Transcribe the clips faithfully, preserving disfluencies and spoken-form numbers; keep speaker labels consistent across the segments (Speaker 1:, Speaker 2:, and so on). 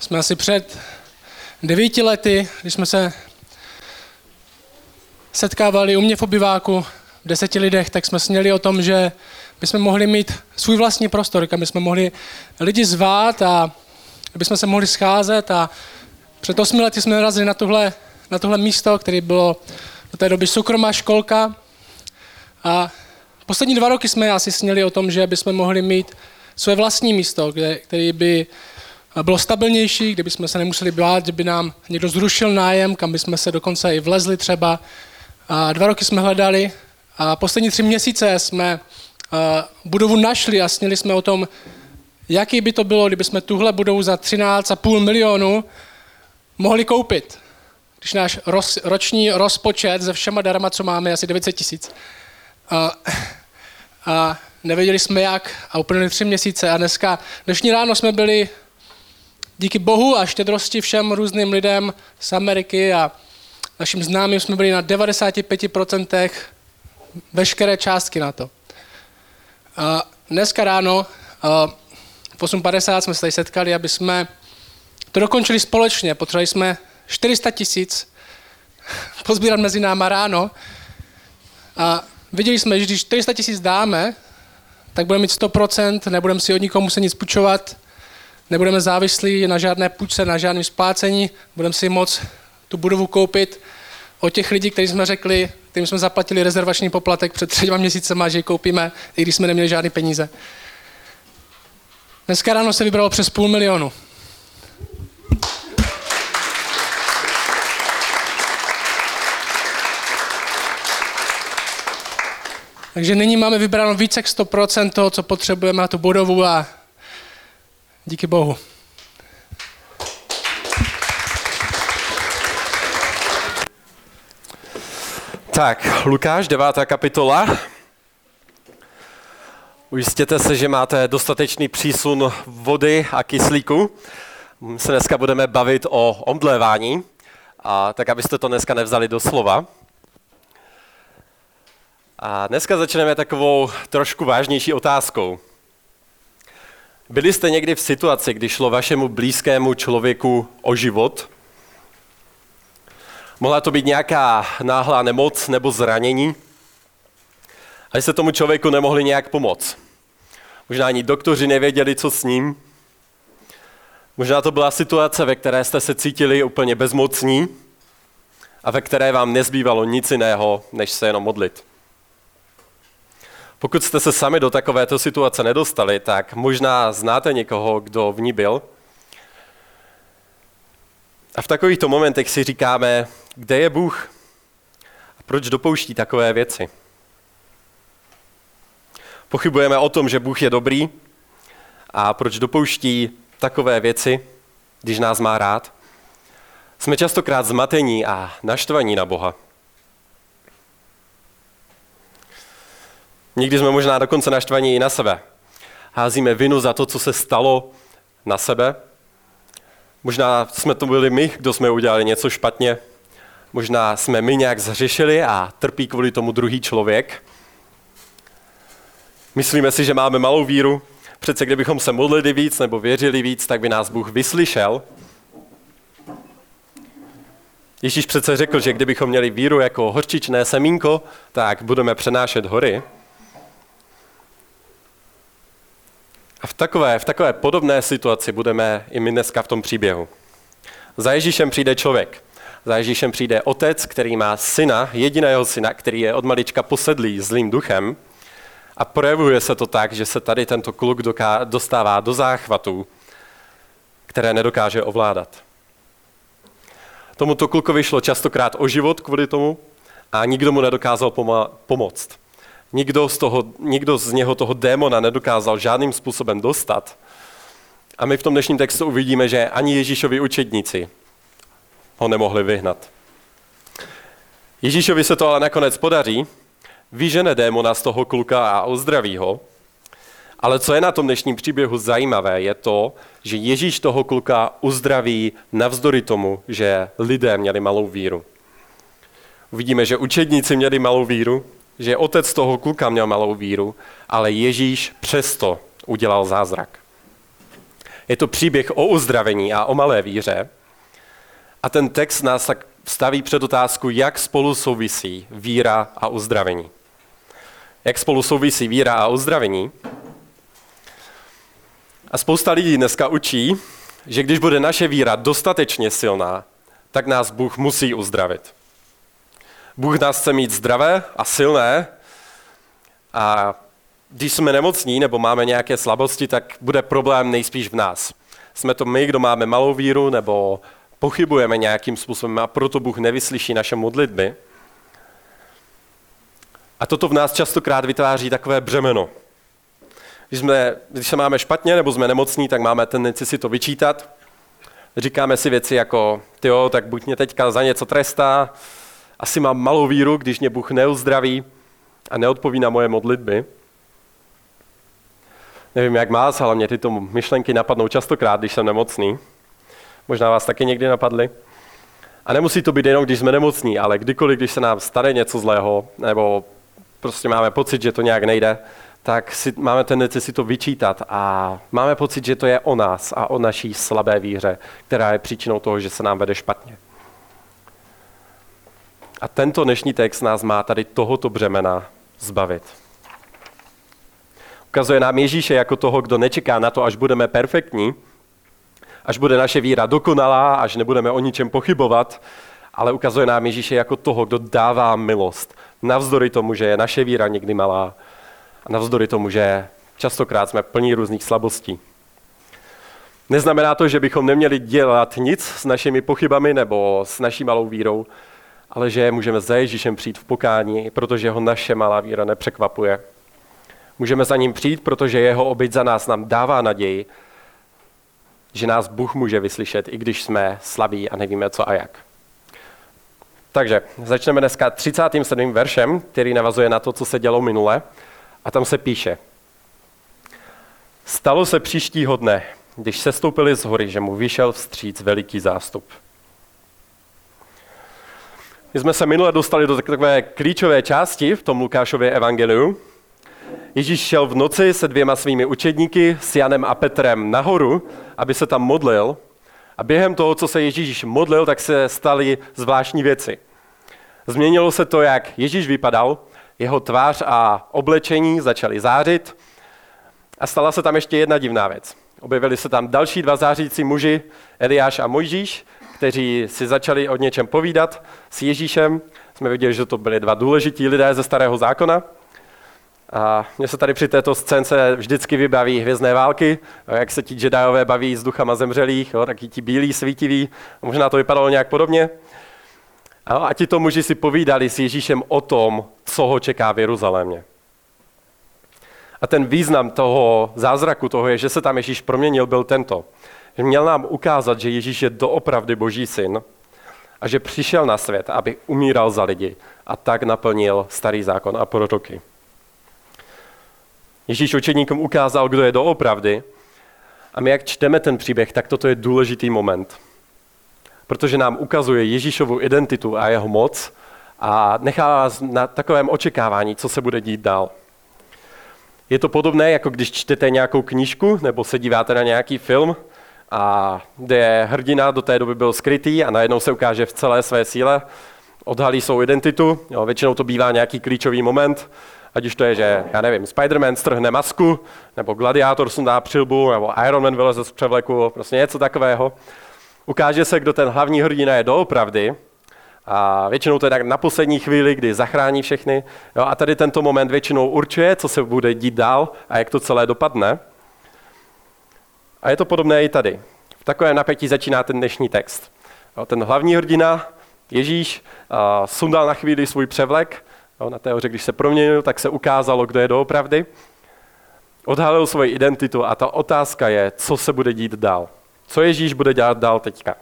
Speaker 1: jsme asi před devíti lety, když jsme se setkávali u mě v obyváku v deseti lidech, tak jsme sněli o tom, že bychom mohli mít svůj vlastní prostor, kam bychom mohli lidi zvát a bychom se mohli scházet a před osmi lety jsme narazili na tohle, na tohle místo, které bylo do té doby soukromá školka a poslední dva roky jsme asi sněli o tom, že bychom mohli mít své vlastní místo, kde, který by bylo stabilnější, kde bychom se nemuseli bát, že by nám někdo zrušil nájem, kam bychom se dokonce i vlezli třeba. A dva roky jsme hledali a poslední tři měsíce jsme budovu našli a sněli jsme o tom, jaký by to bylo, kdybychom tuhle budovu za třináct a půl milionu mohli koupit. Když náš roz, roční rozpočet se všema darama, co máme, je asi devět set tisíc. A, a nevěděli jsme jak a úplně tři měsíce a dneska, dnešní ráno jsme byli díky Bohu a štědrosti všem různým lidem z Ameriky a našim známým jsme byli na devadesát pět procent veškeré částky na to. A dneska ráno v osm padesát jsme se tady setkali, aby jsme to dokončili společně. Potřebovali jsme čtyři sta tisíc pozbírat mezi náma ráno a viděli jsme, že když čtyři sta tisíc dáme, tak budeme mít sto procent, nebudeme si od nikomu se nic půjčovat, nebudeme závislí na žádné půjčce, na žádném splácení, budeme si moct tu budovu koupit od těch lidí, kterým jsme řekli, kterým jsme zaplatili rezervační poplatek před třema měsícema, že ji koupíme, i když jsme neměli žádné peníze. Dneska ráno se vybralo přes půl milionu. Takže nyní máme vybráno více jak sto procent toho, co potřebujeme na tu budovu a díky Bohu.
Speaker 2: Tak, Lukáš, devátá kapitola. Ujistěte se, že máte dostatečný přísun vody a kyslíku. My se dneska budeme bavit o omdlévání, a tak abyste to dneska nevzali do slova. A dneska začneme takovou trošku vážnější otázkou. Byli jste někdy v situaci, kdy šlo vašemu blízkému člověku o život? Mohla to být nějaká náhlá nemoc nebo zranění? A jste tomu člověku nemohli nějak pomoct. Možná ani doktoři nevěděli, co s ním. Možná to byla situace, ve které jste se cítili úplně bezmocní a ve které vám nezbývalo nic jiného, než se jenom modlit. Pokud jste se sami do takovéto situace nedostali, tak možná znáte někoho, kdo v ní byl. A v takovýchto momentech si říkáme, kde je Bůh a proč dopouští takové věci. Pochybujeme o tom, že Bůh je dobrý a proč dopouští takové věci, když nás má rád. Jsme častokrát zmatení a naštvaní na Boha. Někdy jsme možná dokonce naštvaní i na sebe. Házíme vinu za to, co se stalo, na sebe. Možná jsme to byli my, kdo jsme udělali něco špatně. Možná jsme my nějak zhřešili a trpí kvůli tomu druhý člověk. Myslíme si, že máme malou víru. Přece kdybychom se modlili víc nebo věřili víc, tak by nás Bůh vyslyšel. Ježíš přece řekl, že kdybychom měli víru jako horčičné semínko, tak budeme přenášet hory. A v takové, v takové podobné situaci budeme i my dneska v tom příběhu. Za Ježíšem přijde člověk. Za Ježíšem přijde otec, který má syna, jediného syna, který je od malička posedlý zlým duchem. A projevuje se to tak, že se tady tento kluk doká- dostává do záchvatů, které nedokáže ovládat. Tomuto klukovi šlo častokrát o život kvůli tomu a nikdo mu nedokázal poma- pomoct. Nikdo z, toho, nikdo z něho toho démona nedokázal žádným způsobem dostat. A my v tom dnešním textu uvidíme, že ani Ježíšovi učedníci ho nemohli vyhnat. Ježíšovi se to ale nakonec podaří, vyžene démona z toho kluka a uzdraví ho. Ale co je na tom dnešním příběhu zajímavé, je to, že Ježíš toho kluka uzdraví navzdory tomu, že lidé měli malou víru. Uvidíme, že učedníci měli malou víru, že otec toho kluka měl malou víru, ale Ježíš přesto udělal zázrak. Je to příběh o uzdravení a o malé víře. A ten text nás tak staví před otázku, jak spolu souvisí víra a uzdravení. Jak spolu souvisí víra a uzdravení. A spousta lidí dneska učí, že když bude naše víra dostatečně silná, tak nás Bůh musí uzdravit. Bůh nás chce mít zdravé a silné a když jsme nemocní nebo máme nějaké slabosti, tak bude problém nejspíš v nás. Jsme to my, kdo máme malou víru nebo pochybujeme nějakým způsobem a proto Bůh nevyslyší naše modlitby. A toto v nás častokrát vytváří takové břemeno. Když, jsme, když se máme špatně nebo jsme nemocní, tak máme tendenci si to vyčítat. Říkáme si věci jako, tyjo, tak buď mě teďka za něco trestá, asi mám malou víru, když mě Bůh neuzdraví a neodpoví na moje modlitby. Nevím, jak vás, ale mě tyto myšlenky napadnou častokrát, když jsem nemocný. Možná vás taky někdy napadly. A nemusí to být jenom, když jsme nemocní, ale kdykoliv, když se nám stane něco zlého, nebo prostě máme pocit, že to nějak nejde, tak si, máme tendenci si to vyčítat a máme pocit, že to je o nás a o naší slabé víře, která je příčinou toho, že se nám vede špatně. A tento dnešní text nás má tady tohoto břemena zbavit. Ukazuje nám Ježíše jako toho, kdo nečeká na to, až budeme perfektní, až bude naše víra dokonalá, až nebudeme o ničem pochybovat, ale ukazuje nám Ježíše jako toho, kdo dává milost. Navzdory tomu, že je naše víra někdy malá a navzdory tomu, že častokrát jsme plní různých slabostí. Neznamená to, že bychom neměli dělat nic s našimi pochybami nebo s naší malou vírou, ale že můžeme za Ježíšem přijít v pokání, protože ho naše malá víra nepřekvapuje. Můžeme za ním přijít, protože jeho oběť za nás nám dává naději, že nás Bůh může vyslyšet, i když jsme slabí a nevíme co a jak. Takže začneme dneska třicátým sedmým veršem, který navazuje na to, co se dělo minule. A tam se píše: Stalo se příštího dne, když sestoupili z hory, že mu vyšel vstříc veliký zástup. My jsme se minule dostali do takové klíčové části v tom Lukášově evangeliu. Ježíš šel v noci se dvěma svými učedníky, s Janem a Petrem, nahoru, aby se tam modlil. A během toho, co se Ježíš modlil, tak se staly zvláštní věci. Změnilo se to, jak Ježíš vypadal, jeho tvář a oblečení začaly zářit a stala se tam ještě jedna divná věc. Objevili se tam další dva zářící muži, Eliáš a Mojžíš, kteří si začali o něčem povídat s Ježíšem. Jsme viděli, že to byli dva důležití lidé ze Starého zákona. A mně se tady při této scénce vždycky vybaví Hvězdné války, jak se ti Jediové baví s duchama zemřelých, jo, taky ti bílí, svítiví, možná to vypadalo nějak podobně. A tito muži si povídali s Ježíšem o tom, co ho čeká v Jeruzalémě. A ten význam toho zázraku, toho je, že se tam Ježíš proměnil, byl tento. Že měl nám ukázat, že Ježíš je doopravdy Boží syn a že přišel na svět, aby umíral za lidi a tak naplnil Starý zákon a proroky. Ježíš učedníkům ukázal, kdo je doopravdy a my, jak čteme ten příběh, tak toto je důležitý moment. Protože nám ukazuje Ježíšovu identitu a jeho moc a nechá vás na takovém očekávání, co se bude dít dál. Je to podobné, jako když čtete nějakou knížku nebo se díváte na nějaký film, a kde hrdina do té doby byl skrytý a najednou se ukáže v celé své síle, odhalí svou identitu, jo, většinou to bývá nějaký klíčový moment, ať už to je, že, já nevím, Spider-Man strhne masku, nebo gladiátor sundá přilbu, nebo Iron Man vyleze z převleku, prostě něco takového. Ukáže se, kdo ten hlavní hrdina je doopravdy a většinou to je tak na poslední chvíli, kdy zachrání všechny. Jo, a tady tento moment většinou určuje, co se bude dít dál a jak to celé dopadne. A je to podobné i tady. V takovém napětí začíná ten dnešní text. Jo, ten hlavní hrdina, Ježíš, a sundal na chvíli svůj převlek. Jo, na té hoře, když se proměnil, tak se ukázalo, kdo je doopravdy. Odhalil svoji identitu a ta otázka je, co se bude dít dál. Co Ježíš bude dělat dál teďka.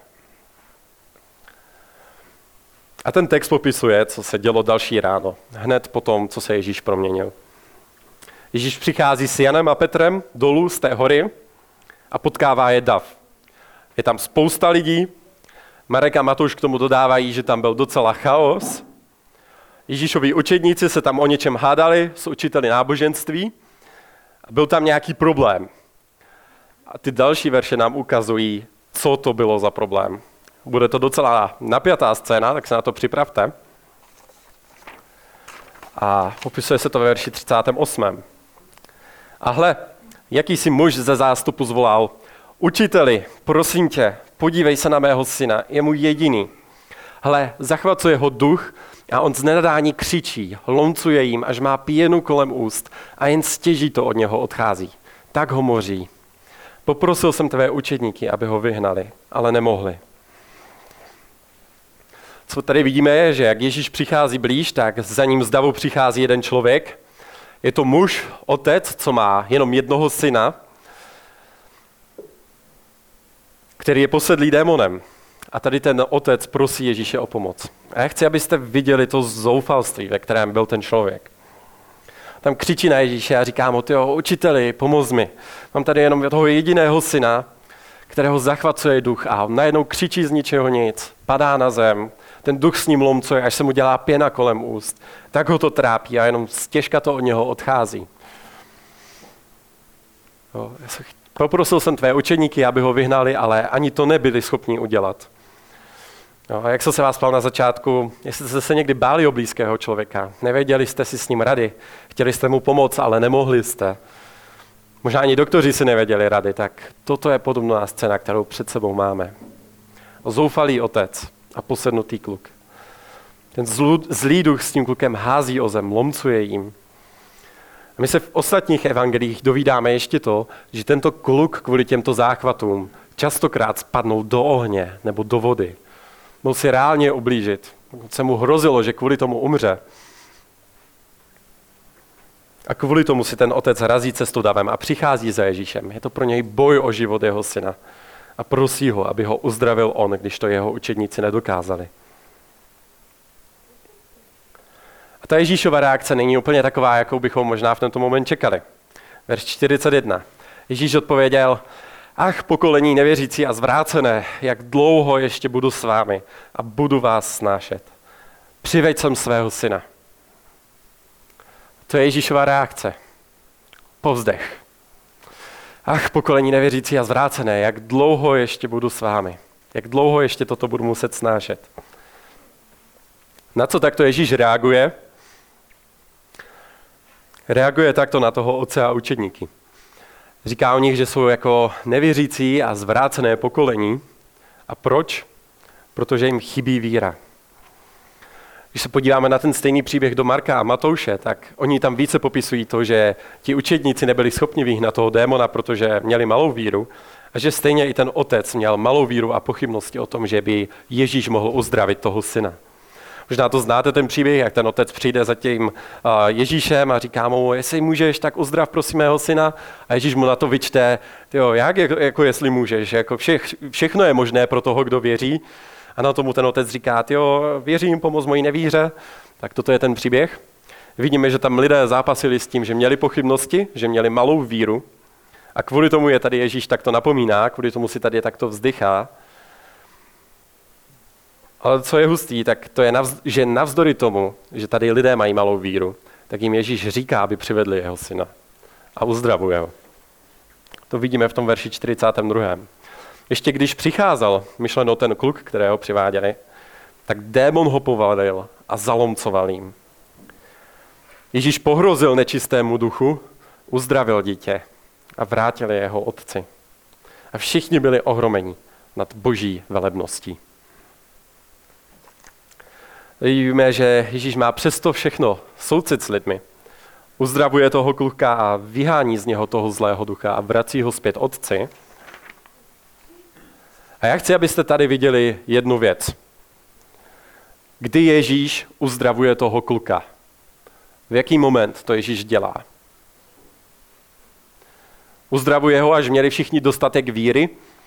Speaker 2: A ten text popisuje, co se dělo další ráno, hned po tom, co se Ježíš proměnil. Ježíš přichází s Janem a Petrem dolů z té hory a potkává je dav. Je tam spousta lidí, Marek a Matouš k tomu dodávají, že tam byl docela chaos. Ježíšovi učedníci se tam o něčem hádali s učiteli náboženství a byl tam nějaký problém. A ty další verše nám ukazují, co to bylo za problém. Bude to docela napjatá scéna, tak se na to připravte. A popisuje se to ve verši třicátém osmém A hle, jakýsi muž ze zástupu zvolal: Učiteli, prosím tě, podívej se na mého syna, je můj jediný. Hle, zachvacuje ho duch a on z nenadání křičí, loncuje jim, až má pěnu kolem úst a jen stěží to od něho odchází. Tak ho moří. Poprosil jsem tvé učedníky, aby ho vyhnali, ale nemohli. Co tady vidíme je, že jak Ježíš přichází blíž, tak za ním z davu přichází jeden člověk. Je to muž, otec, co má jenom jednoho syna, který je posedlý démonem. A tady ten otec prosí Ježíše o pomoc. A já chci, abyste viděli to zoufalství, ve kterém byl ten člověk. Tam křičí na Ježíše a říká mu: tyjo, učiteli, pomoz mi. Mám tady jenom toho jediného syna, kterého zachvacuje duch a on najednou křičí z ničeho nic, padá na zem, ten duch s ním lomcuje, až se mu dělá pěna kolem úst. Tak ho to trápí a jenom stěžka to od něho odchází. Jo, poprosil jsem tvé učeníky, aby ho vyhnali, ale ani to nebyli schopni udělat. Jo, a jak jsem se vás ptal na začátku, jestli jste se někdy báli o blízkého člověka, nevěděli jste si s ním rady, chtěli jste mu pomoct, ale nemohli jste. Možná ani doktoři si nevěděli rady, tak toto je podobná scéna, kterou před sebou máme. Zoufalý otec a posednutý kluk. Ten zlů, zlý duch s tím klukem hází o zem, lomcuje jim. A my se v ostatních evangelích dovídáme ještě to, že tento kluk kvůli těmto záchvatům častokrát spadnou do ohně nebo do vody. Mohl si reálně ublížit. Se mu hrozilo, že kvůli tomu umře. A kvůli tomu si ten otec razí cestu davem a přichází za Ježíšem. Je to pro něj boj o život jeho syna. A prosí ho, aby ho uzdravil on, když to jeho učedníci nedokázali. A ta Ježíšova reakce není úplně taková, jakou bychom možná v tento moment čekali. Verš čtyřicet jedna. Ježíš odpověděl: Ach, pokolení nevěřící a zvrácené, jak dlouho ještě budu s vámi a budu vás snášet. Přiveď sem svého syna. To je Ježíšova reakce. Povzdech. Ach, pokolení nevěřící a zvrácené, jak dlouho ještě budu s vámi. Jak dlouho ještě toto budu muset snášet. Na co takto Ježíš reaguje? Reaguje takto na toho otce a učedníky. Říká o nich, že jsou jako nevěřící a zvrácené pokolení. A proč? Protože jim chybí víra. Když se podíváme na ten stejný příběh do Marka a Matouše, tak oni tam více popisují to, že ti učedníci nebyli schopni vyhnat toho démona, protože měli malou víru, a že stejně i ten otec měl malou víru a pochybnosti o tom, že by Ježíš mohl uzdravit toho syna. Možná to znáte ten příběh, jak ten otec přijde za tím Ježíšem a říká mu: jestli můžeš, tak uzdrav prosím mého syna. A Ježíš mu na to vyčte: tyjo, jak jako jestli můžeš, jako vše, všechno je možné pro toho, kdo věří. A na tomu ten otec říká: tyjo, věřím, pomoz mojí nevíře. Tak toto je ten příběh. Vidíme, že tam lidé zápasili s tím, že měli pochybnosti, že měli malou víru. A kvůli tomu je tady Ježíš takto napomíná, kvůli tomu si tady takto vzdychá. Ale co je hustý, tak to je, navz, že navzdory tomu, že tady lidé mají malou víru, tak jim Ježíš říká, aby přivedli jeho syna a uzdravuje ho. To vidíme v tom verši čtyřicátém druhém Ještě když přicházel, myšleno ten kluk, kterého přiváděli, tak démon ho povadil a zalomcoval jim. Ježíš pohrozil nečistému duchu, uzdravil dítě a vrátil jeho otci. A všichni byli ohromeni nad boží velebností. Víme, že Ježíš má přesto všechno soucit s lidmi. Uzdravuje toho kluka a vyhání z něho toho zlého ducha a vrací ho zpět otci. A já chci, abyste tady viděli jednu věc. Kdy Ježíš uzdravuje toho kluka? V jaký moment to Ježíš dělá? Uzdravuje ho, až měli všichni dostatek víry?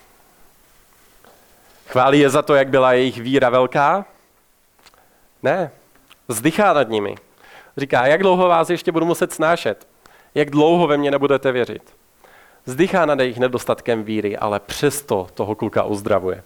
Speaker 2: Chválí je za to, jak byla jejich víra velká? Ne, vzdychá nad nimi. Říká: jak dlouho vás ještě budu muset snášet? Jak dlouho ve mně nebudete věřit? Vzdychá nad jejich nedostatkem víry, ale přesto toho kluka uzdravuje.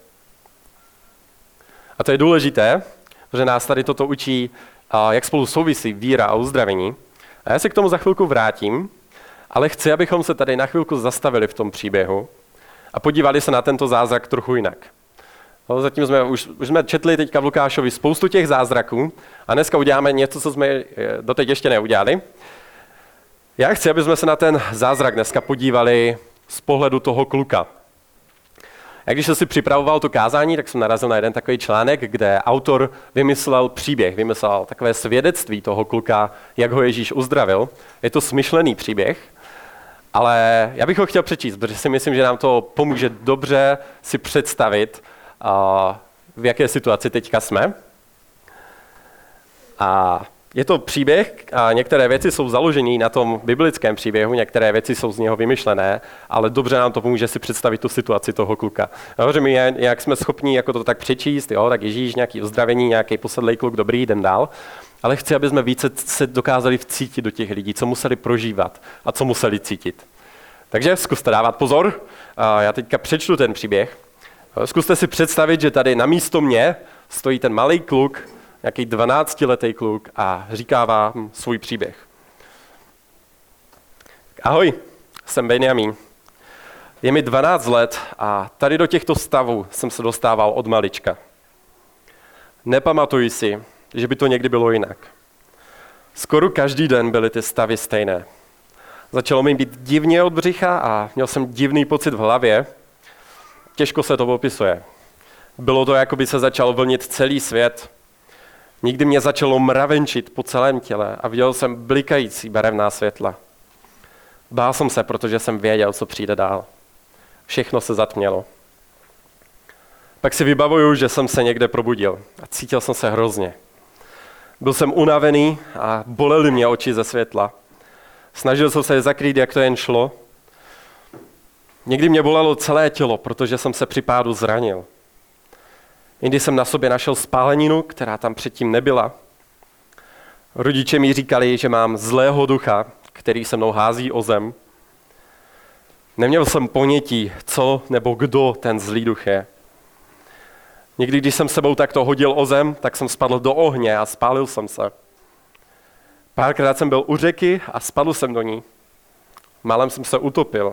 Speaker 2: A to je důležité, protože nás tady toto učí, jak spolu souvisí víra a uzdravení. A já se k tomu za chvilku vrátím, ale chci, abychom se tady na chvilku zastavili v tom příběhu a podívali se na tento zázrak trochu jinak. No, zatím jsme, už, už jsme četli teďka v Lukášovi spoustu těch zázraků a dneska uděláme něco, co jsme doteď ještě neudělali. Já chci, aby jsme se na ten zázrak dneska podívali z pohledu toho kluka. Jak když jsem si připravoval to kázání, tak jsem narazil na jeden takový článek, kde autor vymyslel příběh, vymyslel takové svědectví toho kluka, jak ho Ježíš uzdravil. Je to smyšlený příběh, ale já bych ho chtěl přečíst, protože si myslím, že nám to pomůže dobře si představit, v jaké situaci teďka jsme. A je to příběh a některé věci jsou založené na tom biblickém příběhu, některé věci jsou z něho vymyšlené, ale dobře nám to pomůže si představit tu situaci toho kluka. Jo, že my jak jsme schopni jako to tak přečíst, jo, tak Ježíš, nějaký uzdravení, nějaký posedlej kluk, dobrý, jdem dál, ale chci, aby jsme více se dokázali vcítit do těch lidí, co museli prožívat a co museli cítit. Takže zkuste dávat pozor, já teďka přečtu ten příběh. Zkuste si představit, že tady na místo mě stojí ten malý kluk, nějaký dvanáctiletý kluk a říká vám svůj příběh. Ahoj, jsem Benjamín. Je mi dvanáct let a tady do těchto stavů jsem se dostával od malička. Nepamatuji si, že by to někdy bylo jinak. Skoro každý den byly ty stavy stejné. Začalo mi být divně od břicha a měl jsem divný pocit v hlavě. Těžko se to popisuje. Bylo to, jako by se začal vlnit celý svět. Nikdy mě začalo mravenčit po celém těle a viděl jsem blikající barevná světla. Bál jsem se, protože jsem věděl, co přijde dál. Všechno se zatmělo. Pak si vybavuju, že jsem se někde probudil a cítil jsem se hrozně. Byl jsem unavený a bolely mě oči ze světla. Snažil jsem se je zakrýt, jak to jen šlo. Někdy mě bolelo celé tělo, protože jsem se při pádu zranil. Jindy jsem na sobě našel spáleninu, která tam předtím nebyla. Rodiče mi říkali, že mám zlého ducha, který se mnou hází o zem. Neměl jsem ponětí, co nebo kdo ten zlý duch je. Někdy, když jsem sebou takto hodil o zem, tak jsem spadl do ohně a spálil jsem se. Párkrát jsem byl u řeky a spadl jsem do ní. Málem jsem se utopil.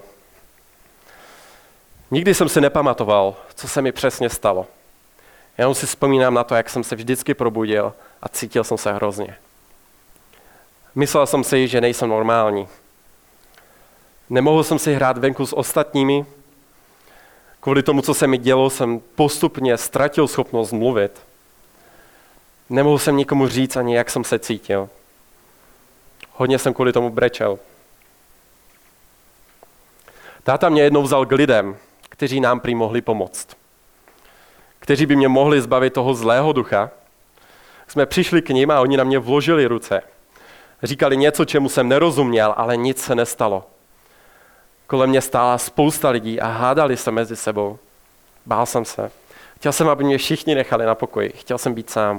Speaker 2: Nikdy jsem si nepamatoval, co se mi přesně stalo. Jenom si vzpomínám na to, jak jsem se vždycky probudil a cítil jsem se hrozně. Myslel jsem si, že nejsem normální. Nemohl jsem si hrát venku s ostatními. Kvůli tomu, co se mi dělo, jsem postupně ztratil schopnost mluvit. Nemohl jsem nikomu říct ani, jak jsem se cítil. Hodně jsem kvůli tomu brečel. Táta mě jednou vzal k lidem, kteří nám prý mohli pomoct. Kteří by mě mohli zbavit toho zlého ducha. Jsme přišli k nim a oni na mě vložili ruce. Říkali něco, čemu jsem nerozuměl, ale nic se nestalo. Kolem mě stála spousta lidí a hádali se mezi sebou. Bál jsem se. Chtěl jsem, aby mě všichni nechali na pokoji. Chtěl jsem být sám.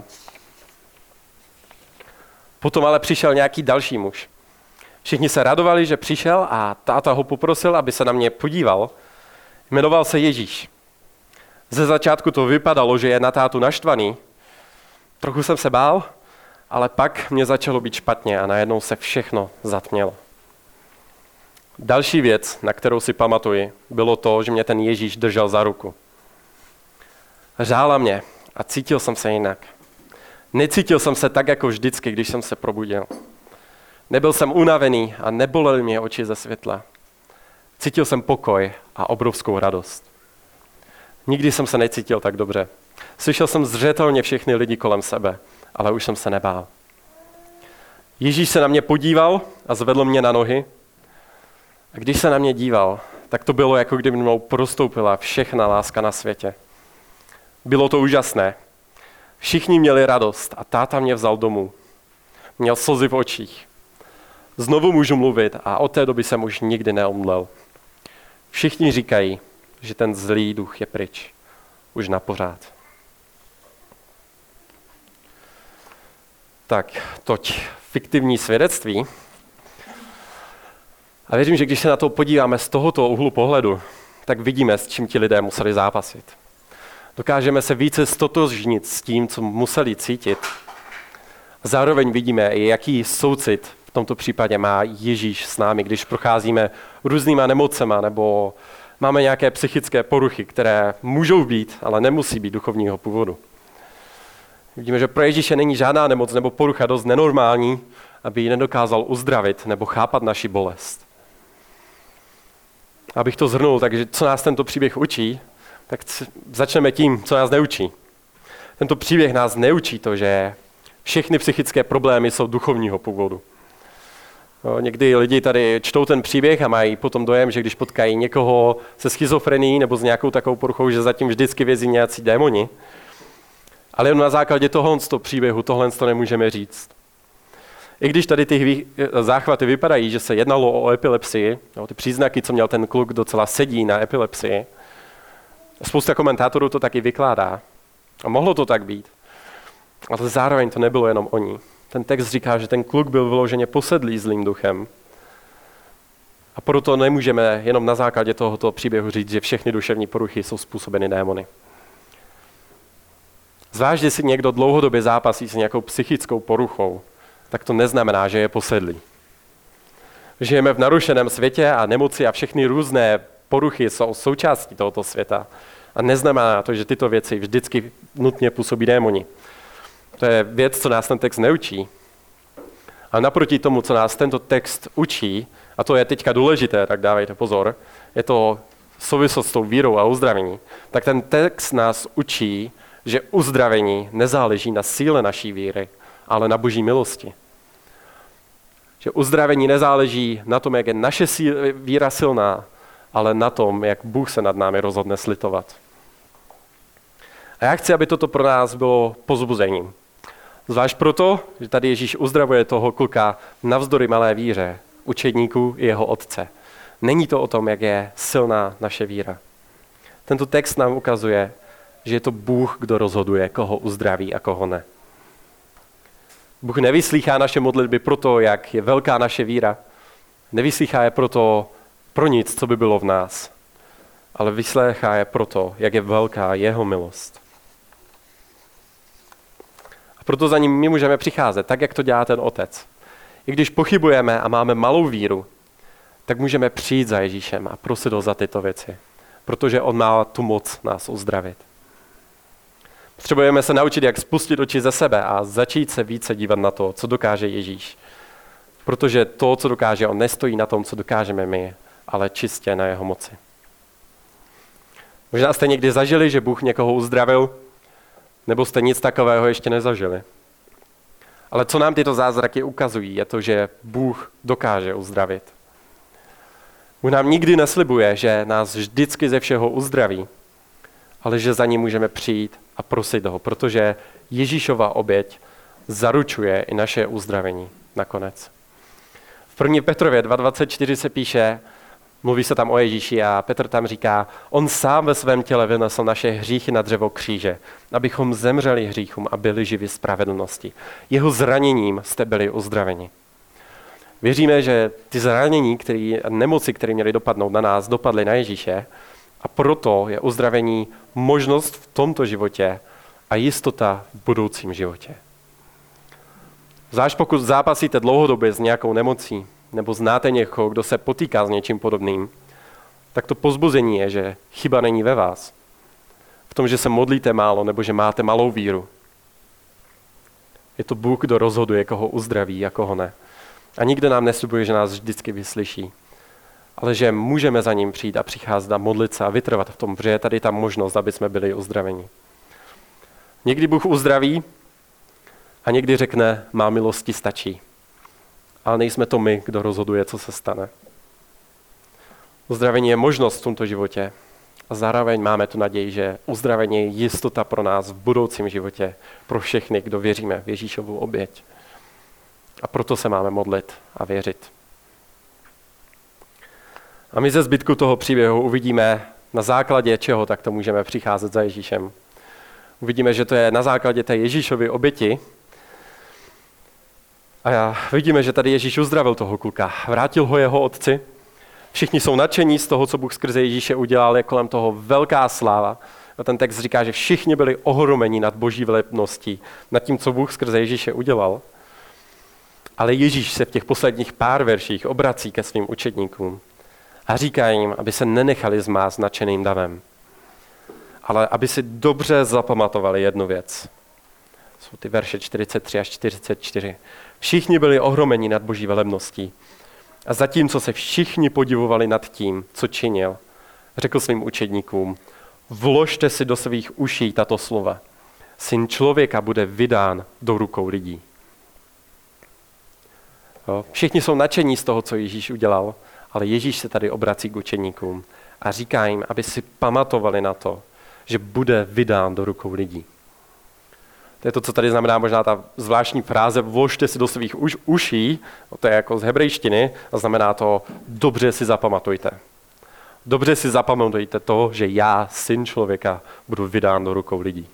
Speaker 2: Potom ale přišel nějaký další muž. Všichni se radovali, že přišel a táta ho poprosil, aby se na mě podíval. Jmenoval se Ježíš. Ze začátku to vypadalo, že je na tátu naštvaný. Trochu jsem se bál, ale pak mě začalo být špatně a najednou se všechno zatmělo. Další věc, na kterou si pamatuji, bylo to, že mě ten Ježíš držel za ruku. Řála mě a cítil jsem se jinak. Necítil jsem se tak, jako vždycky, když jsem se probudil. Nebyl jsem unavený a nebolely mě oči ze světla. Cítil jsem pokoj a obrovskou radost. Nikdy jsem se necítil tak dobře. Slyšel jsem zřetelně všechny lidi kolem sebe, ale už jsem se nebál. Ježíš se na mě podíval a zvedl mě na nohy. A když se na mě díval, tak to bylo, jako kdyby mnou prostoupila všechna láska na světě. Bylo to úžasné. Všichni měli radost a táta mě vzal domů. Měl slzy v očích. Znovu můžu mluvit a od té doby jsem už nikdy neomdlel. Všichni říkají, že ten zlý duch je pryč. Už na pořád. Tak, toť fiktivní svědectví. A věřím, že když se na to podíváme z tohoto úhlu pohledu, tak vidíme, s čím ti lidé museli zápasit. Dokážeme se více stotožnit s tím, co museli cítit. Zároveň vidíme, jaký soucit v tomto případě má Ježíš s námi, když procházíme různýma nemocema nebo máme nějaké psychické poruchy, které můžou být, ale nemusí být duchovního původu. Vidíme, že pro Ježíše není žádná nemoc nebo porucha dost nenormální, aby ji nedokázal uzdravit nebo chápat naši bolest. Abych to shrnul, takže co nás tento příběh učí, tak začneme tím, co nás neučí. Tento příběh nás neučí to, že všechny psychické problémy jsou duchovního původu. No, někdy lidi tady čtou ten příběh a mají potom dojem, že když potkají někoho se schizofrenií nebo s nějakou takovou poruchou, že zatím vždycky vězí nějací démoni. Ale jen na základě tohohle z toho příběhu tohle to nemůžeme říct. I když tady ty záchvaty vypadají, že se jednalo o epilepsii, no, ty příznaky, co měl ten kluk, docela sedí na epilepsii, spousta komentátorů to taky vykládá. A mohlo to tak být. Ale zároveň to nebylo jenom o ní. Ten text říká, že ten kluk byl vyloženě posedlý zlým duchem. A proto nemůžeme jenom na základě tohoto příběhu říct, že všechny duševní poruchy jsou způsobeny démony. Zvlášť, když si někdo dlouhodobě zápasí s nějakou psychickou poruchou, tak to neznamená, že je posedlý. Žijeme v narušeném světě a nemoci a všechny různé poruchy jsou součástí tohoto světa. A neznamená to, že tyto věci vždycky nutně působí démoni. To je věc, co nás ten text neučí. A naproti tomu, co nás tento text učí, a to je teďka důležité, tak dávejte pozor, je to souvislost s tou vírou a uzdravení, tak ten text nás učí, že uzdravení nezáleží na síle naší víry, ale na Boží milosti. Že uzdravení nezáleží na tom, jak je naše víra silná, ale na tom, jak Bůh se nad námi rozhodne slitovat. A já chci, aby toto pro nás bylo povzbuzením. Zvlášť proto, že tady Ježíš uzdravuje toho kluka navzdory malé víře, učedníků i jeho otce. Není to o tom, jak je silná naše víra. Tento text nám ukazuje, že je to Bůh, kdo rozhoduje, koho uzdraví a koho ne. Bůh nevyslýchá naše modlitby proto, jak je velká naše víra. Nevyslýchá je proto pro nic, co by bylo v nás. Ale vyslýchá je proto, jak je velká jeho milost. A proto za ním my můžeme přicházet, tak jak to dělá ten otec. I když pochybujeme a máme malou víru, tak můžeme přijít za Ježíšem a prosit ho za tyto věci. Protože on má tu moc nás uzdravit. Potřebujeme se naučit, jak spustit oči ze sebe a začít se více dívat na to, co dokáže Ježíš. Protože to, co dokáže on, nestojí na tom, co dokážeme my, ale čistě na jeho moci. Možná jste někdy zažili, že Bůh někoho uzdravil, nebo jste nic takového ještě nezažili. Ale co nám tyto zázraky ukazují, je to, že Bůh dokáže uzdravit. Bůh nám nikdy neslibuje, že nás vždycky ze všeho uzdraví, ale že za ním můžeme přijít a prosit ho, protože Ježíšova oběť zaručuje i naše uzdravení nakonec. V první Petrově dva dvacet čtyři se píše, mluví se tam o Ježíši a Petr tam říká, on sám ve svém těle vynesl naše hříchy na dřevo kříže, abychom zemřeli hříchům a byli živi spravedlnosti. Jeho zraněním jste byli uzdraveni. Věříme, že ty zranění, který, nemoci, které měly dopadnout na nás, dopadly na Ježíše a proto je uzdravení možnost v tomto životě a jistota v budoucím životě. Zvlášť pokud zápasíte dlouhodobě s nějakou nemocí, nebo znáte někoho, kdo se potýká s něčím podobným, tak to povzbuzení je, že chyba není ve vás. V tom, že se modlíte málo, nebo že máte malou víru. Je to Bůh, kdo rozhoduje, koho uzdraví a koho ne. A nikdo nám neslibuje, že nás vždycky vyslyší. Ale že můžeme za ním přijít a přicházet a modlit se a vytrvat v tom, že je tady ta možnost, aby jsme byli uzdraveni. Někdy Bůh uzdraví a někdy řekne, má milosti stačí. Ale nejsme to my, kdo rozhoduje, co se stane. Uzdravení je možnost v tomto životě a zároveň máme tu naději, že uzdravení je jistota pro nás v budoucím životě, pro všechny, kdo věříme v Ježíšovu oběť. A proto se máme modlit a věřit. A my ze zbytku toho příběhu uvidíme, na základě čeho takto můžeme přicházet za Ježíšem. Uvidíme, že to je na základě té Ježíšovy oběti. A já vidíme, že tady Ježíš uzdravil toho kluka. Vrátil ho jeho otci. Všichni jsou nadšení z toho, co Bůh skrze Ježíše udělal. Je kolem toho velká sláva. A ten text říká, že všichni byli ohromeni nad Boží velebností, nad tím, co Bůh skrze Ježíše udělal. Ale Ježíš se v těch posledních pár verších obrací ke svým učedníkům A říká jim, aby se nenechali zmást nadšeným davem, ale aby si dobře zapamatovali jednu věc. Jsou ty verše čtyřicet tři až čtyřicet čtyři. Všichni byli ohromeni nad Boží velebností. A zatímco se všichni podivovali nad tím, co činil, řekl svým učedníkům, vložte si do svých uší tato slova. Syn člověka bude vydán do rukou lidí. Jo? Všichni jsou nadšení z toho, co Ježíš udělal, ale Ježíš se tady obrací k učedníkům a říká jim, aby si pamatovali na to, že bude vydán do rukou lidí. To je to, co tady znamená možná ta zvláštní fráze vložte si do svých uš, uší, to je jako z hebrejštiny a znamená to dobře si zapamatujte. Dobře si zapamatujte to, že já, syn člověka, budu vydán do rukou lidí.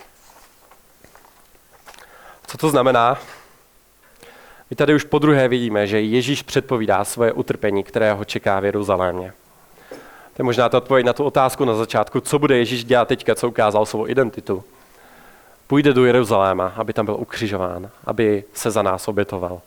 Speaker 2: Co to znamená? My tady už podruhé vidíme, že Ježíš předpovídá svoje utrpení, které ho čeká v Jeruzalémě. To je možná ta odpověď na tu otázku na začátku, co bude Ježíš dělat teďka, co ukázal svou identitu. Půjde do Jeruzaléma, aby tam byl ukřižován, aby se za nás obětoval.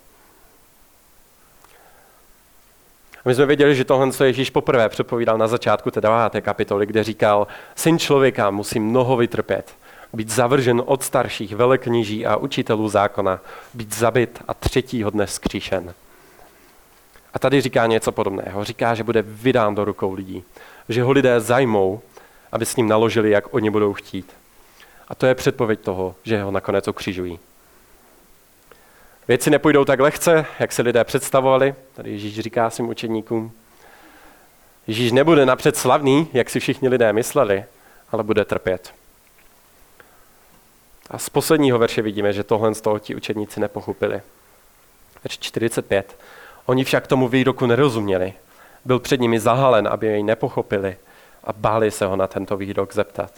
Speaker 2: A my jsme věděli, že tohle, co Ježíš poprvé předpovídal na začátku té deváté kapitoly, kde říkal, syn člověka musí mnoho vytrpět, být zavržen od starších velekněží a učitelů zákona, být zabit a třetího dne vzkříšen. A tady říká něco podobného. Říká, že bude vydán do rukou lidí, že ho lidé zajmou, aby s ním naložili, jak oni budou chtít. A to je předpověď toho, že ho nakonec ukřižují. Věci nepůjdou tak lehce, jak se lidé představovali. Tady Ježíš říká svým učedníkům. Ježíš nebude napřed slavný, jak si všichni lidé mysleli, ale bude trpět. A z posledního verše vidíme, že tohle z toho ti učedníci nepochopili. Verš čtyřicet pět. Oni však tomu výroku nerozuměli. Byl před nimi zahalen, aby jej nepochopili a báli se ho na tento výrok zeptat.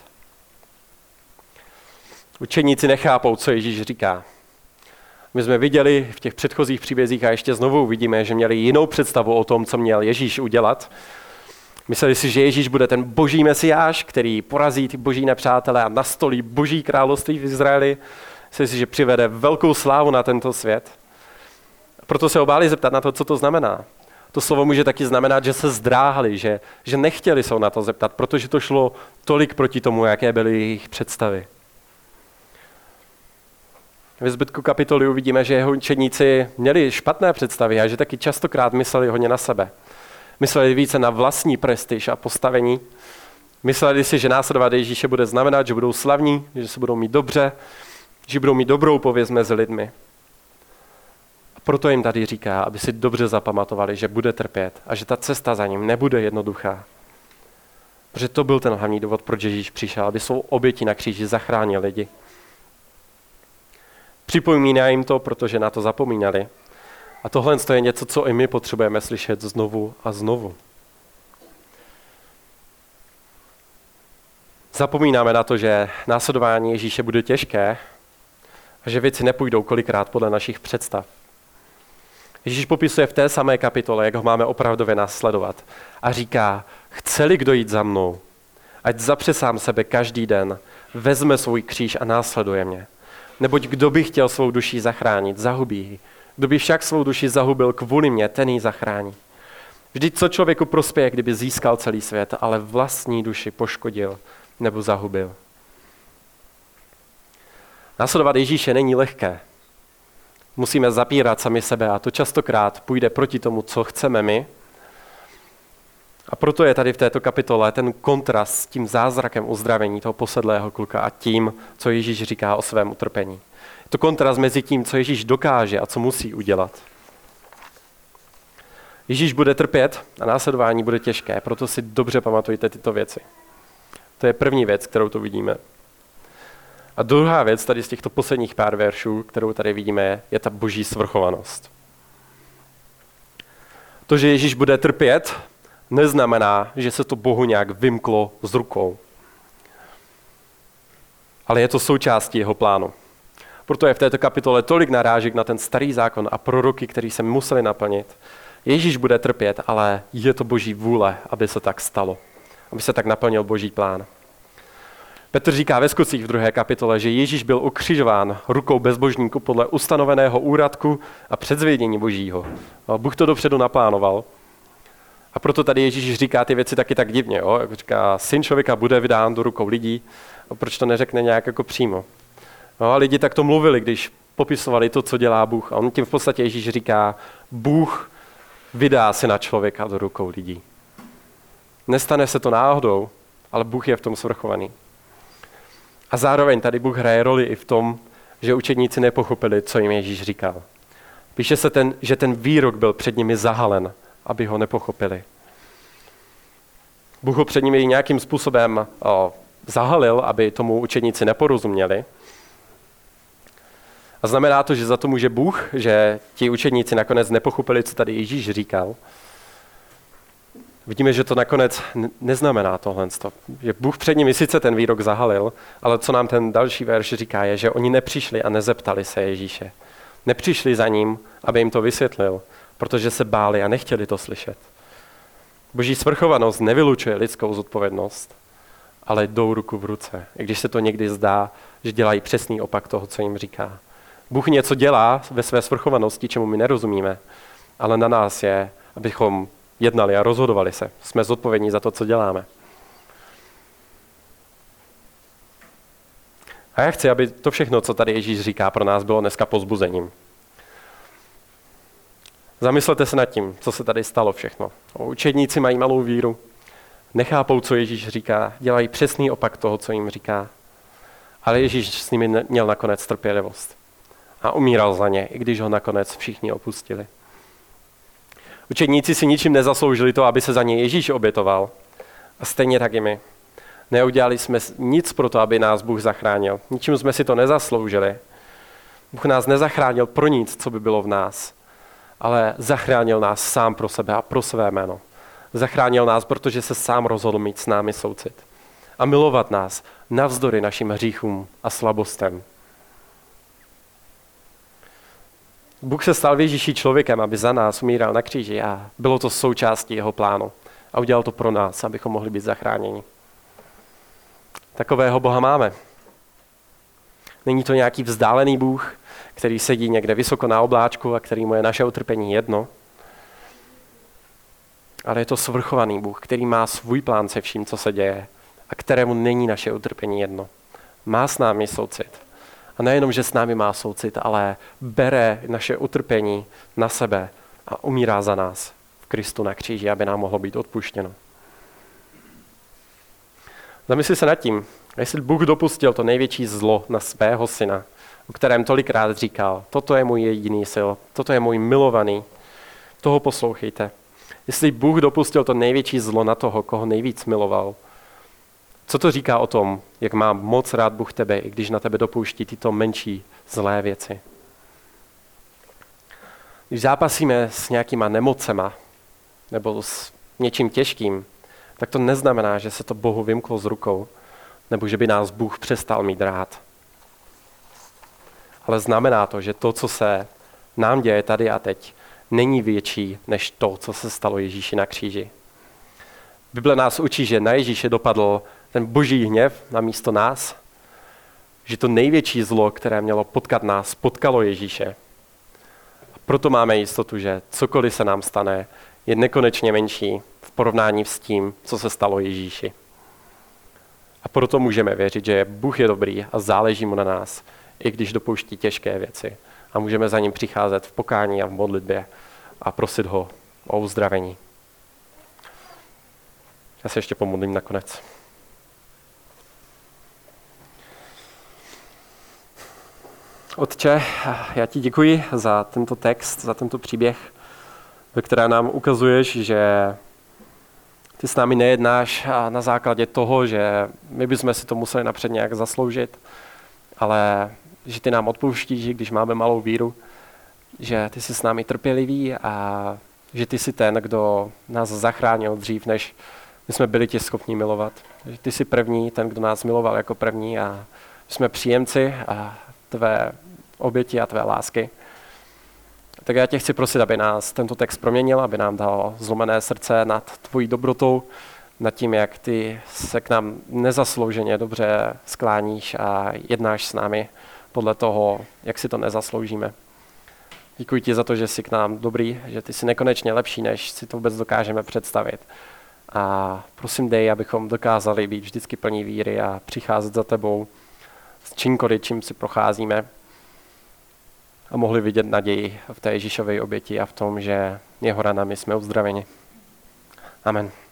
Speaker 2: Učeníci nechápou, co Ježíš říká. My jsme viděli v těch předchozích příbězích a ještě znovu vidíme, že měli jinou představu o tom, co měl Ježíš udělat. Mysleli si, že Ježíš bude ten boží mesiáš, který porazí ty boží nepřátele a nastolí boží království v Izraeli. Mysleli si, že přivede velkou slávu na tento svět. Proto se obáli zeptat na to, co to znamená. To slovo může taky znamenat, že se zdráhali, že, že nechtěli se na to zeptat, protože to šlo tolik proti tomu, jaké byly jejich představy. Ve zbytku kapitoly uvidíme, že jeho učeníci měli špatné představy a že taky častokrát mysleli hodně na sebe. Mysleli více na vlastní prestiž a postavení. Mysleli si, že následovat Ježíše bude znamenat, že budou slavní, že se budou mít dobře, že budou mít dobrou pověst mezi lidmi. A proto jim tady říká, aby si dobře zapamatovali, že bude trpět a že ta cesta za ním nebude jednoduchá. Protože to byl ten hlavní důvod, proč Ježíš přišel, aby svou obětí na kříži zachránil lidi. Připomíná jim to, protože na to zapomínali. A tohle je něco, co i my potřebujeme slyšet znovu a znovu. Zapomínáme na to, že následování Ježíše bude těžké a že věci nepůjdou kolikrát podle našich představ. Ježíš popisuje v té samé kapitole, jak ho máme opravdově následovat. A říká, chce-li kdo jít za mnou, ať zapře sám sebe každý den, vezme svůj kříž a následuje mě. Neboť kdo by chtěl svou duši zachránit, zahubí ji. Kdo by však svou duši zahubil kvůli mě, ten ji zachrání. Vždyť co člověku prospěje, kdyby získal celý svět, ale vlastní duši poškodil nebo zahubil. Následovat Ježíše není lehké. Musíme zapírat sami sebe a to častokrát půjde proti tomu, co chceme my. A proto je tady v této kapitole ten kontrast s tím zázrakem uzdravení toho posedlého kluka a tím, co Ježíš říká o svém utrpení. Je to kontrast mezi tím, co Ježíš dokáže a co musí udělat. Ježíš bude trpět a následování bude těžké, proto si dobře pamatujte tyto věci. To je první věc, kterou tu vidíme. A druhá věc tady z těchto posledních pár veršů, kterou tady vidíme, je ta boží svrchovanost. To, že Ježíš bude trpět, neznamená, že se to Bohu nějak vymklo z rukou. Ale je to součástí jeho plánu. Proto je v této kapitole tolik narážek na ten starý zákon a proroky, který se museli naplnit. Ježíš bude trpět, ale je to boží vůle, aby se tak stalo. Aby se tak naplnil boží plán. Petr říká ve Skutcích v druhé kapitole, že Ježíš byl ukřižován rukou bezbožníků podle ustanoveného úradku a předzvědění božího. Bůh to dopředu naplánoval. A proto tady Ježíš říká ty věci taky tak divně. Jo? Jak říká, syn člověka bude vydán do rukou lidí. A proč to neřekne nějak jako přímo? No a lidi tak to mluvili, když popisovali to, co dělá Bůh. A on tím v podstatě Ježíš říká, Bůh vydá syna člověka do rukou lidí. Nestane se to náhodou, ale Bůh je v tom svrchovaný. A zároveň tady Bůh hraje roli i v tom, že učedníci nepochopili, co jim Ježíš říkal. Píše se, ten, že ten výrok byl před nimi zahalen, aby ho nepochopili. Bůh ho před nimi nějakým způsobem o, zahalil, aby tomu učedníci neporozuměli. A znamená to, že za to může Bůh, že ti učedníci nakonec nepochopili, co tady Ježíš říkal. Vidíme, že to nakonec neznamená tohle. Že Bůh před nimi sice ten výrok zahalil, ale co nám ten další verš říká, je, že oni nepřišli a nezeptali se Ježíše. Nepřišli za ním, aby jim to vysvětlil, protože se báli a nechtěli to slyšet. Boží svrchovanost nevylučuje lidskou zodpovědnost, ale jdou ruku v ruce, i když se to někdy zdá, že dělají přesný opak toho, co jim říká. Bůh něco dělá ve své svrchovanosti, čemu my nerozumíme, ale na nás je, abychom jednali a rozhodovali se. Jsme zodpovědní za to, co děláme. A já chci, aby to všechno, co tady Ježíš říká, pro nás bylo dneska povzbuzením. Zamyslete se nad tím, co se tady stalo všechno. Učedníci mají malou víru, nechápou, co Ježíš říká, dělají přesný opak toho, co jim říká. Ale Ježíš s nimi měl nakonec trpělivost. A umíral za ně, i když ho nakonec všichni opustili. Učedníci si ničím nezasloužili to, aby se za ně Ježíš obětoval. A stejně tak i my. Neudělali jsme nic pro to, aby nás Bůh zachránil. Ničím jsme si to nezasloužili. Bůh nás nezachránil pro nic, co by bylo v nás, ale zachránil nás sám pro sebe a pro své jméno. Zachránil nás, protože se sám rozhodl mít s námi soucit. A milovat nás navzdory našim hříchům a slabostem. Bůh se stal v Ježíši člověkem, aby za nás umíral na kříži a bylo to součástí jeho plánu. A udělal to pro nás, abychom mohli být zachráněni. Takového Boha máme. Není to nějaký vzdálený Bůh, který sedí někde vysoko na obláčku a který mu je naše utrpení jedno. Ale je to svrchovaný Bůh, který má svůj plán se vším, co se děje a kterému není naše utrpení jedno. Má s námi soucit. A nejenom, že s námi má soucit, ale bere naše utrpení na sebe a umírá za nás v Kristu na kříži, aby nám mohlo být odpuštěno. Zamysli se nad tím, jestli Bůh dopustil to největší zlo na svého syna, o kterém tolikrát říkal, toto je můj jediný sil, toto je můj milovaný, toho poslouchejte. Jestli Bůh dopustil to největší zlo na toho, koho nejvíc miloval, co to říká o tom, jak má moc rád Bůh tebe, i když na tebe dopouští tyto menší zlé věci? Když zápasíme s nějakýma nemocema nebo s něčím těžkým, tak to neznamená, že se to Bohu vymklo z rukou, nebo že by nás Bůh přestal mít rád. Ale znamená to, že to, co se nám děje tady a teď, není větší než to, co se stalo Ježíši na kříži. Bible nás učí, že na Ježíše dopadl ten boží hněv na místo nás, že to největší zlo, které mělo potkat nás, potkalo Ježíše. A proto máme jistotu, že cokoliv se nám stane, je nekonečně menší v porovnání s tím, co se stalo Ježíši. A proto můžeme věřit, že Bůh je dobrý a záleží mu na nás, i když dopouští těžké věci. A můžeme za ním přicházet v pokání a v modlitbě a prosit ho o uzdravení. Já se ještě pomodlím nakonec. Otče, já ti děkuji za tento text, za tento příběh, ve kterém nám ukazuješ, že ty s námi nejednáš na základě toho, že my bychom si to museli napřed nějak zasloužit, ale že ty nám odpouštíš, že když máme malou víru, že ty jsi s námi trpělivý a že ty jsi ten, kdo nás zachránil dřív, než my jsme byli tě schopni milovat. Že ty jsi první, ten, kdo nás miloval jako první a jsme příjemci a tvé oběti a tvé lásky. Tak já tě chci prosit, aby nás tento text proměnil, aby nám dal zlomené srdce nad tvojí dobrotou, nad tím, jak ty se k nám nezaslouženě dobře skláníš a jednáš s námi podle toho, jak si to nezasloužíme. Děkuji ti za to, že jsi k nám dobrý, že ty jsi nekonečně lepší, než si to vůbec dokážeme představit. A prosím, dej, abychom dokázali být vždycky plní víry a přicházet za tebou s čímkoliv, čím si procházíme a mohli vidět naději v té Ježíšově oběti a v tom, že jeho ranami jsme uzdraveni. Amen.